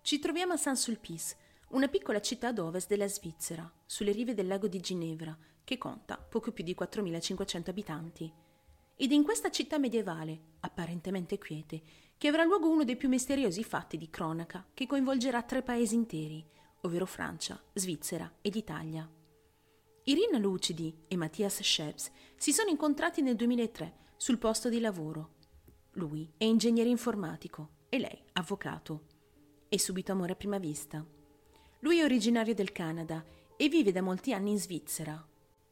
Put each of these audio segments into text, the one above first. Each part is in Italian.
Ci troviamo a Saint-Sulpice, una piccola città ad ovest della Svizzera, sulle rive del lago di Ginevra, che conta poco più di 4.500 abitanti. Ed è in questa città medievale, apparentemente quiete, che avrà luogo uno dei più misteriosi fatti di cronaca che coinvolgerà 3 paesi interi, ovvero Francia, Svizzera ed Italia. Irina Lucidi e Matthias Schepps si sono incontrati nel 2003 sul posto di lavoro. Lui è ingegnere informatico e lei avvocato. E subito amore a prima vista. Lui è originario del Canada e vive da molti anni in Svizzera.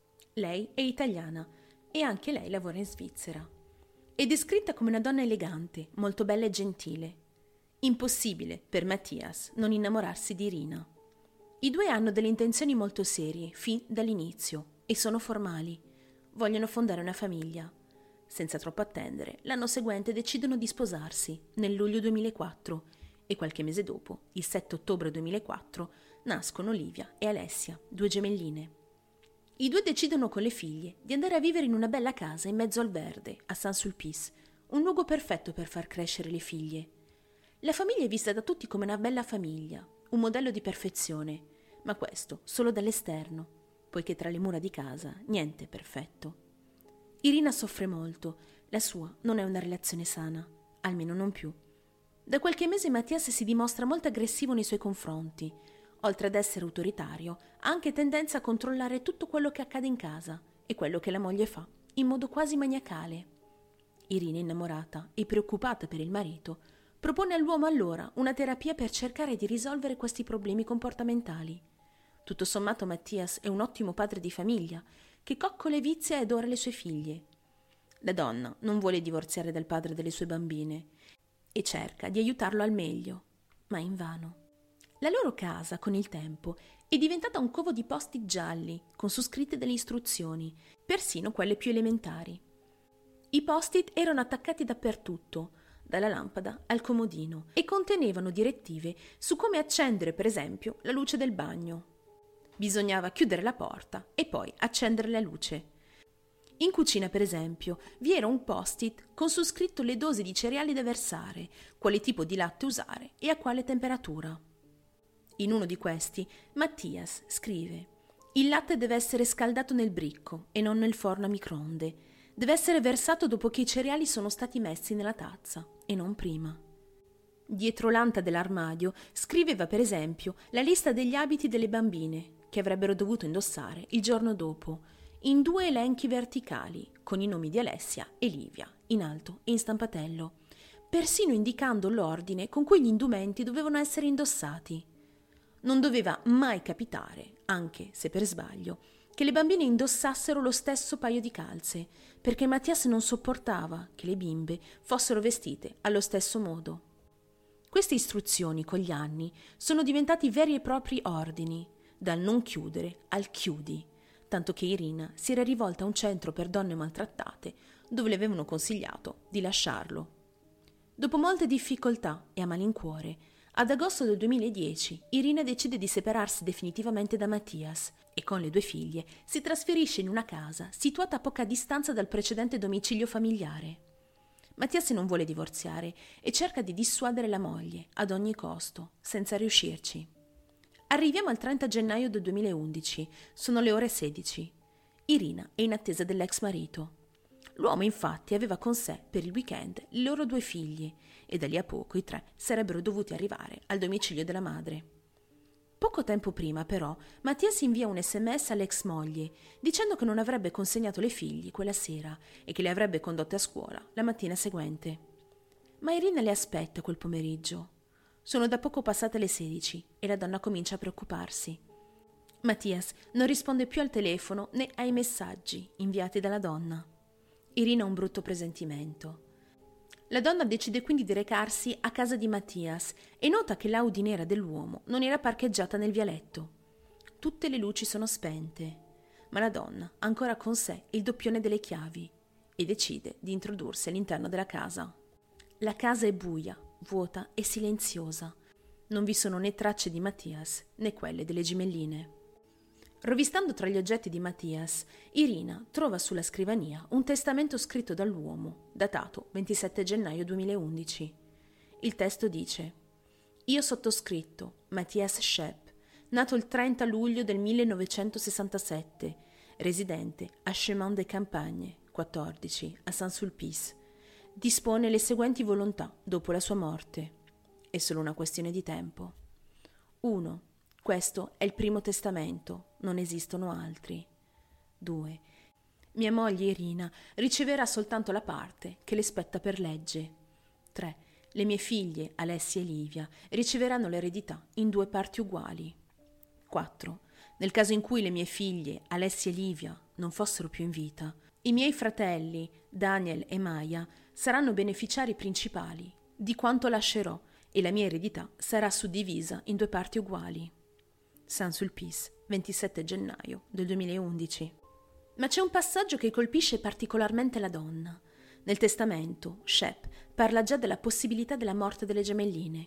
Lei è italiana e anche lei lavora in Svizzera. È descritta come una donna elegante, molto bella e gentile. Impossibile per Matthias non innamorarsi di Irina. I due hanno delle intenzioni molto serie fin dall'inizio e sono formali. Vogliono fondare una famiglia. Senza troppo attendere, l'anno seguente decidono di sposarsi, nel luglio 2004, e qualche mese dopo, il 7 ottobre 2004, nascono Olivia e Alessia, 2 gemelline. I due decidono con le figlie di andare a vivere in una bella casa in mezzo al verde, a Saint-Sulpice, un luogo perfetto per far crescere le figlie. La famiglia è vista da tutti come una bella famiglia, un modello di perfezione, ma questo solo dall'esterno, poiché tra le mura di casa niente è perfetto. Irina soffre molto, la sua non è una relazione sana, almeno non più. Da qualche mese Matthias si dimostra molto aggressivo nei suoi confronti. Oltre ad essere autoritario, ha anche tendenza a controllare tutto quello che accade in casa e quello che la moglie fa, in modo quasi maniacale. Irina, innamorata e preoccupata per il marito, propone all'uomo allora una terapia per cercare di risolvere questi problemi comportamentali. Tutto sommato Matthias è un ottimo padre di famiglia, che coccola e vizia e adora le sue figlie. La donna non vuole divorziare dal padre delle sue bambine e cerca di aiutarlo al meglio, ma invano. La loro casa, con il tempo, è diventata un covo di post-it gialli, con su scritte delle istruzioni, persino quelle più elementari. I post-it erano attaccati dappertutto, dalla lampada al comodino, e contenevano direttive su come accendere, per esempio, la luce del bagno. Bisognava chiudere la porta e poi accendere la luce. In cucina, per esempio, vi era un post-it con su scritto le dosi di cereali da versare, quale tipo di latte usare e a quale temperatura. In uno di questi, Matthias scrive: «Il latte deve essere scaldato nel bricco e non nel forno a microonde. Deve essere versato dopo che i cereali sono stati messi nella tazza e non prima». Dietro l'anta dell'armadio scriveva, per esempio, la lista degli abiti delle bambine che avrebbero dovuto indossare il giorno dopo, in 2 elenchi verticali, con i nomi di Alessia e Livia, in alto e in stampatello, persino indicando l'ordine con cui gli indumenti dovevano essere indossati. Non doveva mai capitare, anche se per sbaglio, che le bambine indossassero lo stesso paio di calze, perché Matthias non sopportava che le bimbe fossero vestite allo stesso modo. Queste istruzioni, con gli anni, sono diventati veri e propri ordini, dal non chiudere al chiudi, tanto che Irina si era rivolta a un centro per donne maltrattate, dove le avevano consigliato di lasciarlo. Dopo molte difficoltà e a malincuore, ad agosto del 2010 Irina decide di separarsi definitivamente da Matthias e con le 2 figlie si trasferisce in una casa situata a poca distanza dal precedente domicilio familiare. Matthias non vuole divorziare e cerca di dissuadere la moglie ad ogni costo, senza riuscirci. Arriviamo al 30 gennaio del 2011, sono le ore 16. Irina è in attesa dell'ex marito. L'uomo infatti aveva con sé per il weekend le loro 2 figlie e da lì a poco i 3 sarebbero dovuti arrivare al domicilio della madre. Poco tempo prima però Matthias invia un SMS all'ex moglie dicendo che non avrebbe consegnato le figlie quella sera e che le avrebbe condotte a scuola la mattina seguente. Ma Irina le aspetta quel pomeriggio. Sono da poco passate le 16 e la donna comincia a preoccuparsi. Matthias non risponde più al telefono né ai messaggi inviati dalla donna. Irina ha un brutto presentimento. La donna decide quindi di recarsi a casa di Matthias e nota che l'Audi nera dell'uomo non era parcheggiata nel vialetto. Tutte le luci sono spente, ma la donna ha ancora con sé il doppione delle chiavi e decide di introdursi all'interno della casa. La casa è buia, vuota e silenziosa. Non vi sono né tracce di Matthias né quelle delle gemelline. Rovistando tra gli oggetti di Matthias, Irina trova sulla scrivania un testamento scritto dall'uomo, datato 27 gennaio 2011. Il testo dice: Io sottoscritto, Matthias Schepp, nato il 30 luglio del 1967, residente a Chemin des Campagnes, 14, a Saint-Sulpice, dispone le seguenti volontà dopo la sua morte. È solo una questione di tempo. 1. Questo è il primo testamento, non esistono altri. 2. Mia moglie Irina riceverà soltanto la parte che le spetta per legge. 3. Le mie figlie, Alessia e Livia, riceveranno l'eredità in 2 parti uguali. 4. Nel caso in cui le mie figlie, Alessia e Livia, non fossero più in vita, i miei fratelli, Daniel e Maya, saranno beneficiari principali di quanto lascerò e la mia eredità sarà suddivisa in 2 parti uguali. Saint-Sulpice, 27 gennaio del 2011. Ma c'è un passaggio che colpisce particolarmente la donna. Nel testamento, Schepp parla già della possibilità della morte delle gemelline.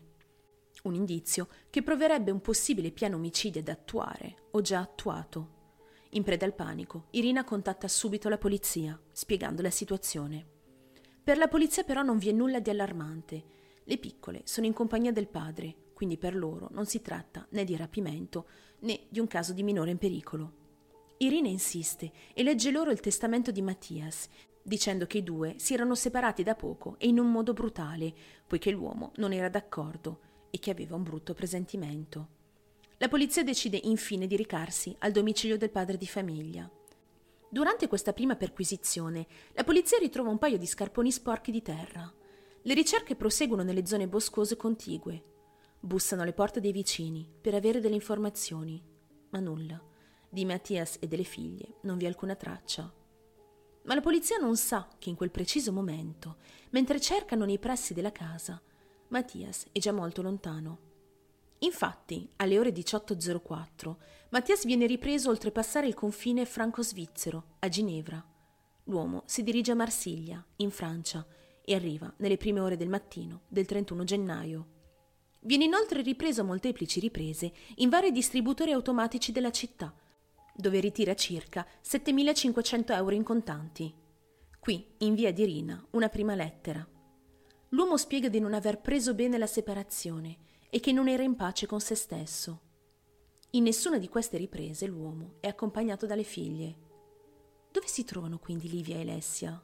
Un indizio che proverebbe un possibile piano omicidio da attuare o già attuato. In preda al panico, Irina contatta subito la polizia, spiegando la situazione. Per la polizia però non vi è nulla di allarmante. Le piccole sono in compagnia del padre, quindi per loro non si tratta né di rapimento né di un caso di minore in pericolo. Irina insiste e legge loro il testamento di Matthias, dicendo che i due si erano separati da poco e in un modo brutale, poiché l'uomo non era d'accordo e che aveva un brutto presentimento. La polizia decide infine di recarsi al domicilio del padre di famiglia. Durante questa prima perquisizione, la polizia ritrova un paio di scarponi sporchi di terra. Le ricerche proseguono nelle zone boscose contigue. Bussano alle porte dei vicini per avere delle informazioni, ma nulla. Di Matthias e delle figlie non vi è alcuna traccia. Ma la polizia non sa che in quel preciso momento, mentre cercano nei pressi della casa, Matthias è già molto lontano. Infatti, alle ore 18:04, Matthias viene ripreso oltrepassare il confine franco-svizzero, a Ginevra. L'uomo si dirige a Marsiglia, in Francia, e arriva nelle prime ore del mattino del 31 gennaio. Viene inoltre ripreso a molteplici riprese in vari distributori automatici della città, dove ritira circa 7.500 euro in contanti. Qui invia ad Irina una prima lettera. L'uomo spiega di non aver preso bene la separazione e che non era in pace con se stesso. In nessuna di queste riprese l'uomo è accompagnato dalle figlie. Dove si trovano quindi Livia e Alessia?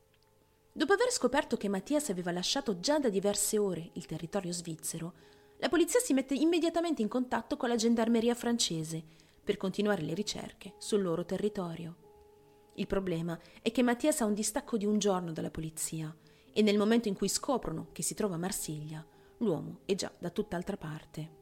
Dopo aver scoperto che Mattias aveva lasciato già da diverse ore il territorio svizzero, la polizia si mette immediatamente in contatto con la gendarmeria francese per continuare le ricerche sul loro territorio. Il problema è che Mattias ha un distacco di un giorno dalla polizia e nel momento in cui scoprono che si trova a Marsiglia, l'uomo è già da tutt'altra parte.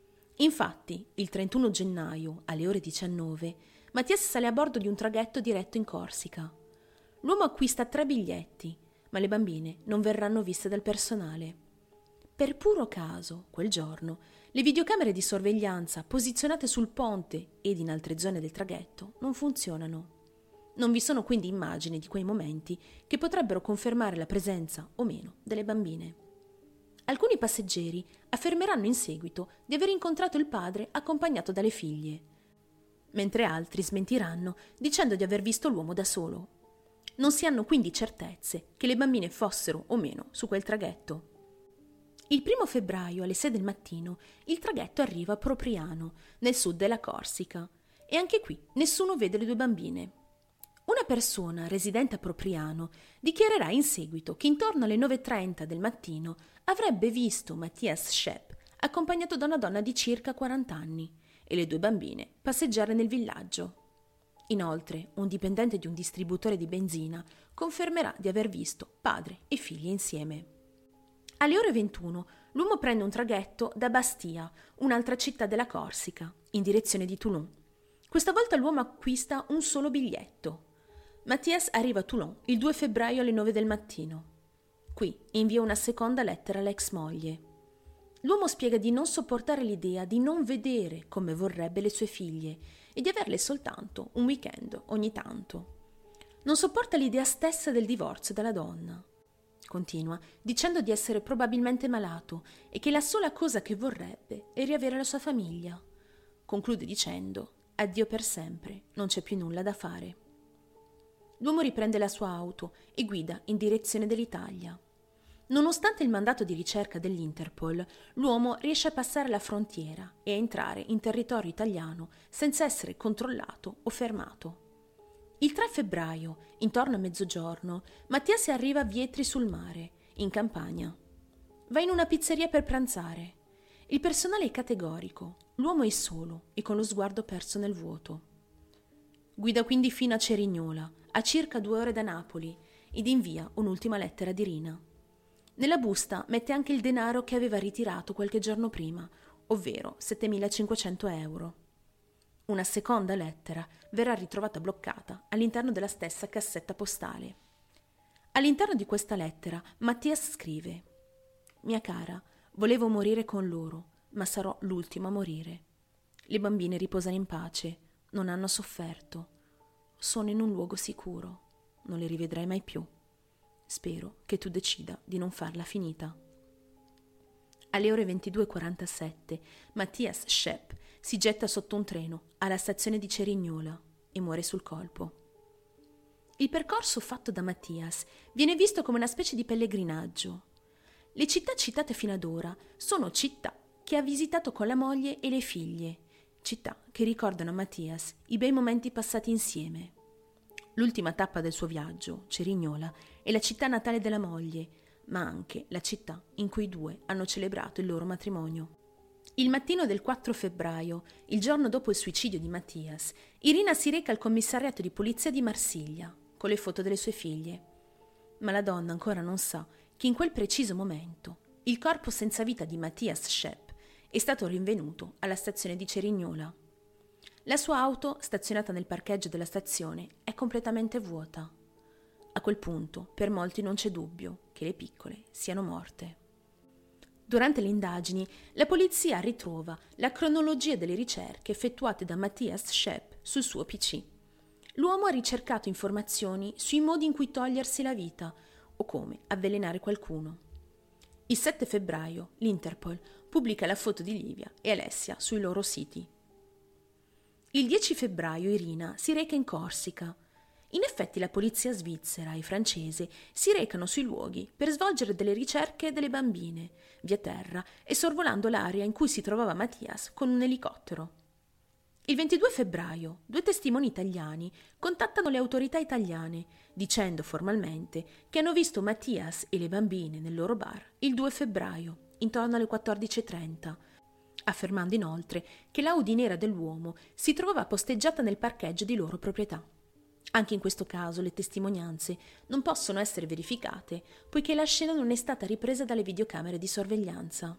Infatti, il 31 gennaio, alle ore 19, Mattias sale a bordo di un traghetto diretto in Corsica. L'uomo acquista 3 biglietti, ma le bambine non verranno viste dal personale. Per puro caso, quel giorno, le videocamere di sorveglianza posizionate sul ponte ed in altre zone del traghetto non funzionano. Non vi sono quindi immagini di quei momenti che potrebbero confermare la presenza o meno delle bambine. Alcuni passeggeri affermeranno in seguito di aver incontrato il padre accompagnato dalle figlie, mentre altri smentiranno dicendo di aver visto l'uomo da solo. Non si hanno quindi certezze che le bambine fossero o meno su quel traghetto. Il 1 febbraio alle 6 del mattino il traghetto arriva a Propriano, nel sud della Corsica, e anche qui nessuno vede le 2 bambine. Una persona residente a Propriano dichiarerà in seguito che intorno alle 9:30 del mattino avrebbe visto Matthias Schepp accompagnato da una donna di circa 40 anni e le 2 bambine passeggiare nel villaggio. Inoltre, un dipendente di un distributore di benzina confermerà di aver visto padre e figlia insieme. Alle ore 21 l'uomo prende un traghetto da Bastia, un'altra città della Corsica, in direzione di Toulon. Questa volta l'uomo acquista un solo biglietto. Matthias arriva a Toulon il 2 febbraio alle 9 del mattino. Qui invia una seconda lettera all'ex moglie. L'uomo spiega di non sopportare l'idea di non vedere come vorrebbe le sue figlie e di averle soltanto un weekend ogni tanto. Non sopporta l'idea stessa del divorzio dalla donna. Continua dicendo di essere probabilmente malato e che la sola cosa che vorrebbe è riavere la sua famiglia. Conclude dicendo: addio per sempre, non c'è più nulla da fare. L'uomo riprende la sua auto e guida in direzione dell'Italia. Nonostante il mandato di ricerca dell'Interpol, l'uomo riesce a passare la frontiera e a entrare in territorio italiano senza essere controllato o fermato. Il 3 febbraio, intorno a mezzogiorno, Mattias arriva a Vietri sul Mare, in Campania. Va in una pizzeria per pranzare. Il personale è categorico, l'uomo è solo e con lo sguardo perso nel vuoto. Guida quindi fino a Cerignola, a circa 2 ore da Napoli, ed invia un'ultima lettera di Rina. Nella busta mette anche il denaro che aveva ritirato qualche giorno prima, ovvero 7.500 euro. Una seconda lettera verrà ritrovata bloccata all'interno della stessa cassetta postale. All'interno di questa lettera Mattias scrive: «Mia cara, volevo morire con loro, ma sarò l'ultimo a morire. Le bambine riposano in pace, non hanno sofferto. Sono in un luogo sicuro, non le rivedrai mai più. Spero che tu decida di non farla finita». Alle ore 22:47 Mattias Schepp si getta sotto un treno alla stazione di Cerignola e muore sul colpo. Il percorso fatto da Mattias viene visto come una specie di pellegrinaggio. Le città citate fino ad ora sono città che ha visitato con la moglie e le figlie, città che ricordano a Mattias i bei momenti passati insieme. L'ultima tappa del suo viaggio, Cerignola, è la città natale della moglie, ma anche la città in cui i due hanno celebrato il loro matrimonio. Il mattino del 4 febbraio, il giorno dopo il suicidio di Mattias, Irina si reca al commissariato di polizia di Marsiglia con le foto delle sue figlie. Ma la donna ancora non sa che in quel preciso momento il corpo senza vita di Mattias Schepp è stato rinvenuto alla stazione di Cerignola. La sua auto, stazionata nel parcheggio della stazione, è completamente vuota. A quel punto, per molti non c'è dubbio che le piccole siano morte. Durante le indagini, la polizia ritrova la cronologia delle ricerche effettuate da Mattias Schepp sul suo PC. L'uomo ha ricercato informazioni sui modi in cui togliersi la vita o come avvelenare qualcuno. Il 7 febbraio l'Interpol pubblica la foto di Livia e Alessia sui loro siti. Il 10 febbraio Irina si reca in Corsica. In effetti la polizia svizzera e francese si recano sui luoghi per svolgere delle ricerche delle bambine, via terra e sorvolando l'area in cui si trovava Mattias con un elicottero. Il 22 febbraio 2 testimoni italiani contattano le autorità italiane dicendo formalmente che hanno visto Mattias e le bambine nel loro bar il 2 febbraio, intorno alle 14:30, affermando inoltre che l'Audi nera dell'uomo si trovava posteggiata nel parcheggio di loro proprietà. Anche in questo caso le testimonianze non possono essere verificate, poiché la scena non è stata ripresa dalle videocamere di sorveglianza.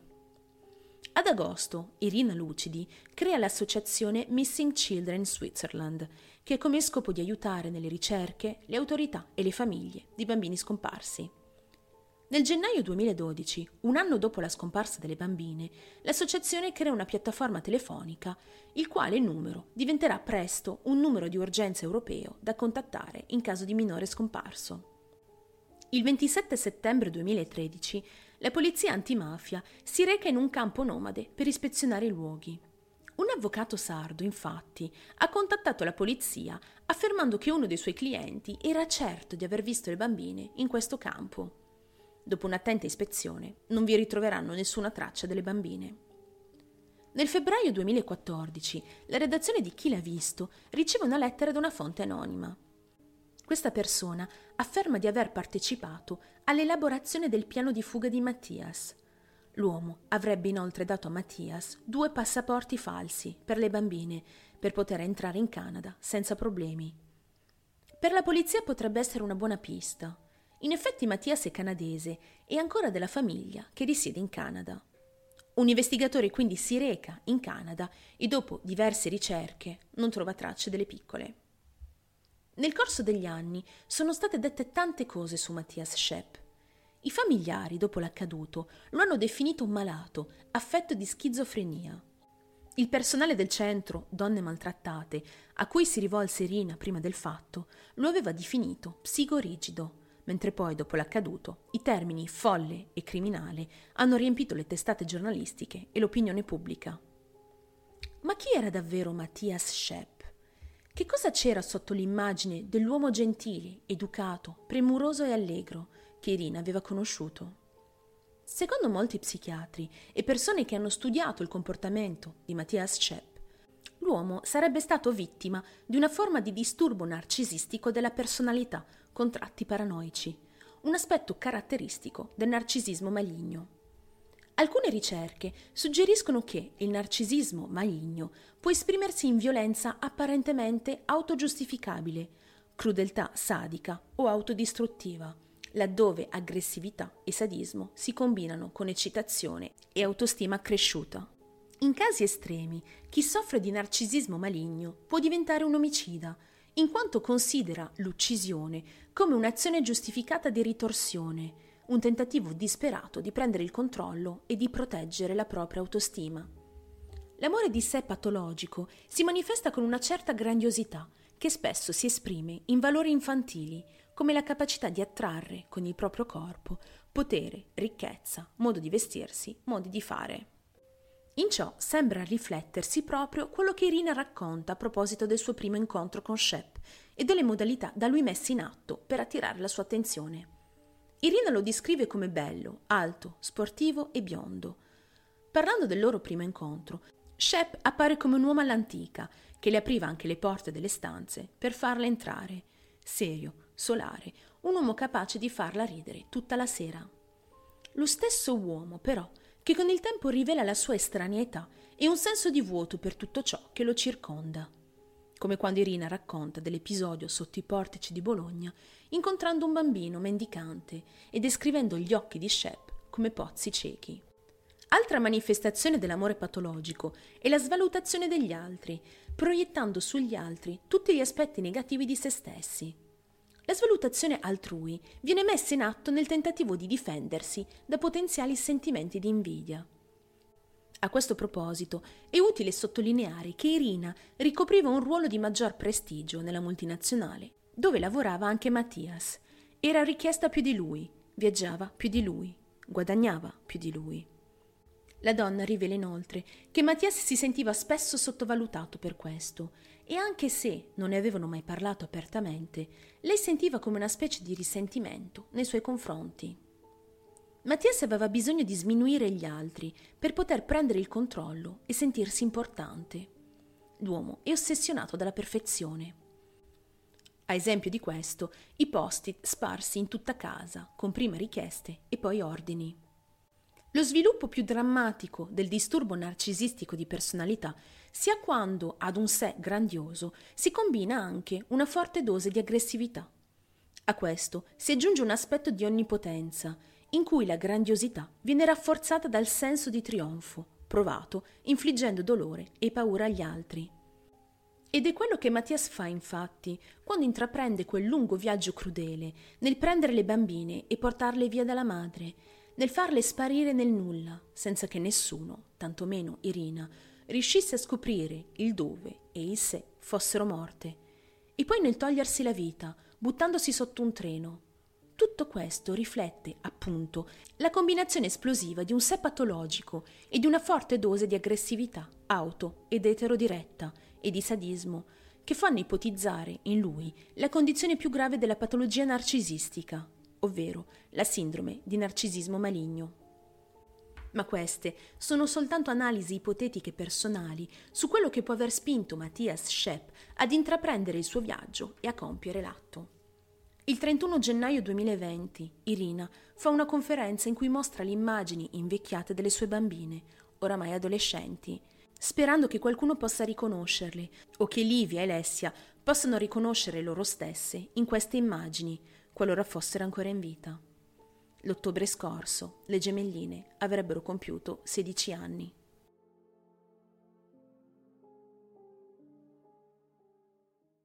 Ad agosto, Irina Lucidi crea l'associazione Missing Children Switzerland, che ha come scopo di aiutare nelle ricerche le autorità e le famiglie di bambini scomparsi. Nel gennaio 2012, un anno dopo la scomparsa delle bambine, l'associazione crea una piattaforma telefonica, il quale numero diventerà presto un numero di urgenza europeo da contattare in caso di minore scomparso. Il 27 settembre 2013, la polizia antimafia si reca in un campo nomade per ispezionare i luoghi. Un avvocato sardo, infatti, ha contattato la polizia affermando che uno dei suoi clienti era certo di aver visto le bambine in questo campo. Dopo un'attenta ispezione, non vi ritroveranno nessuna traccia delle bambine. Nel febbraio 2014, la redazione di Chi l'ha visto riceve una lettera da una fonte anonima. Questa persona afferma di aver partecipato all'elaborazione del piano di fuga di Mattias. L'uomo avrebbe inoltre dato a Mattias 2 passaporti falsi per le bambine per poter entrare in Canada senza problemi. Per la polizia potrebbe essere una buona pista. In effetti Mattias è canadese e ancora della famiglia che risiede in Canada. Un investigatore quindi si reca in Canada e dopo diverse ricerche non trova tracce delle piccole. Nel corso degli anni sono state dette tante cose su Mattias Schepp. I familiari, dopo l'accaduto, lo hanno definito un malato, affetto di schizofrenia. Il personale del centro, donne maltrattate, a cui si rivolse Irina prima del fatto, lo aveva definito psicorigido, mentre poi, dopo l'accaduto, i termini folle e criminale hanno riempito le testate giornalistiche e l'opinione pubblica. Ma chi era davvero Mattias Schepp? Che cosa c'era sotto l'immagine dell'uomo gentile, educato, premuroso e allegro che Irina aveva conosciuto? Secondo molti psichiatri e persone che hanno studiato il comportamento di Matthias Schepp, l'uomo sarebbe stato vittima di una forma di disturbo narcisistico della personalità con tratti paranoici, un aspetto caratteristico del narcisismo maligno. Alcune ricerche suggeriscono che il narcisismo maligno può esprimersi in violenza apparentemente autogiustificabile, crudeltà sadica o autodistruttiva, laddove aggressività e sadismo si combinano con eccitazione e autostima accresciuta. In casi estremi, chi soffre di narcisismo maligno può diventare un omicida, in quanto considera l'uccisione come un'azione giustificata di ritorsione, un tentativo disperato di prendere il controllo e di proteggere la propria autostima. L'amore di sé patologico si manifesta con una certa grandiosità, che spesso si esprime in valori infantili, come la capacità di attrarre con il proprio corpo potere, ricchezza, modo di vestirsi, modi di fare. In ciò sembra riflettersi proprio quello che Irina racconta a proposito del suo primo incontro con Schepp e delle modalità da lui messe in atto per attirare la sua attenzione. Irina lo descrive come bello, alto, sportivo e biondo. Parlando del loro primo incontro, Schepp appare come un uomo all'antica, che le apriva anche le porte delle stanze per farla entrare. Serio, solare, un uomo capace di farla ridere tutta la sera. Lo stesso uomo, però, che con il tempo rivela la sua estraneità e un senso di vuoto per tutto ciò che lo circonda. Come quando Irina racconta dell'episodio sotto i portici di Bologna, incontrando un bambino mendicante e descrivendo gli occhi di Schepp come pozzi ciechi. Altra manifestazione dell'amore patologico è la svalutazione degli altri, proiettando sugli altri tutti gli aspetti negativi di se stessi. La svalutazione altrui viene messa in atto nel tentativo di difendersi da potenziali sentimenti di invidia. A questo proposito è utile sottolineare che Irina ricopriva un ruolo di maggior prestigio nella multinazionale, dove lavorava anche Matthias. Era richiesta più di lui, viaggiava più di lui, guadagnava più di lui. La donna rivela inoltre che Matthias si sentiva spesso sottovalutato per questo e anche se non ne avevano mai parlato apertamente, lei sentiva come una specie di risentimento nei suoi confronti. Matthias aveva bisogno di sminuire gli altri per poter prendere il controllo e sentirsi importante. L'uomo è ossessionato dalla perfezione. A esempio di questo, i post-it sparsi in tutta casa, con prima richieste e poi ordini. Lo sviluppo più drammatico del disturbo narcisistico di personalità sia quando ad un sé grandioso si combina anche una forte dose di aggressività. A questo si aggiunge un aspetto di onnipotenza, in cui la grandiosità viene rafforzata dal senso di trionfo, provato infliggendo dolore e paura agli altri. Ed è quello che Matthias fa, infatti, quando intraprende quel lungo viaggio crudele nel prendere le bambine e portarle via dalla madre, nel farle sparire nel nulla, senza che nessuno, tantomeno Irina, riuscisse a scoprire il dove e il se fossero morte, e poi nel togliersi la vita, buttandosi sotto un treno. Tutto questo riflette, appunto, la combinazione esplosiva di un sé patologico e di una forte dose di aggressività auto ed eterodiretta e di sadismo, che fanno ipotizzare in lui la condizione più grave della patologia narcisistica, ovvero la sindrome di narcisismo maligno. Ma queste sono soltanto analisi ipotetiche personali su quello che può aver spinto Matthias Schepp ad intraprendere il suo viaggio e a compiere l'atto. Il 31 gennaio 2020 Irina fa una conferenza in cui mostra le immagini invecchiate delle sue bambine, oramai adolescenti, sperando che qualcuno possa riconoscerle o che Livia e Alessia possano riconoscere loro stesse in queste immagini, qualora fossero ancora in vita. L'ottobre scorso le gemelline avrebbero compiuto 16 anni.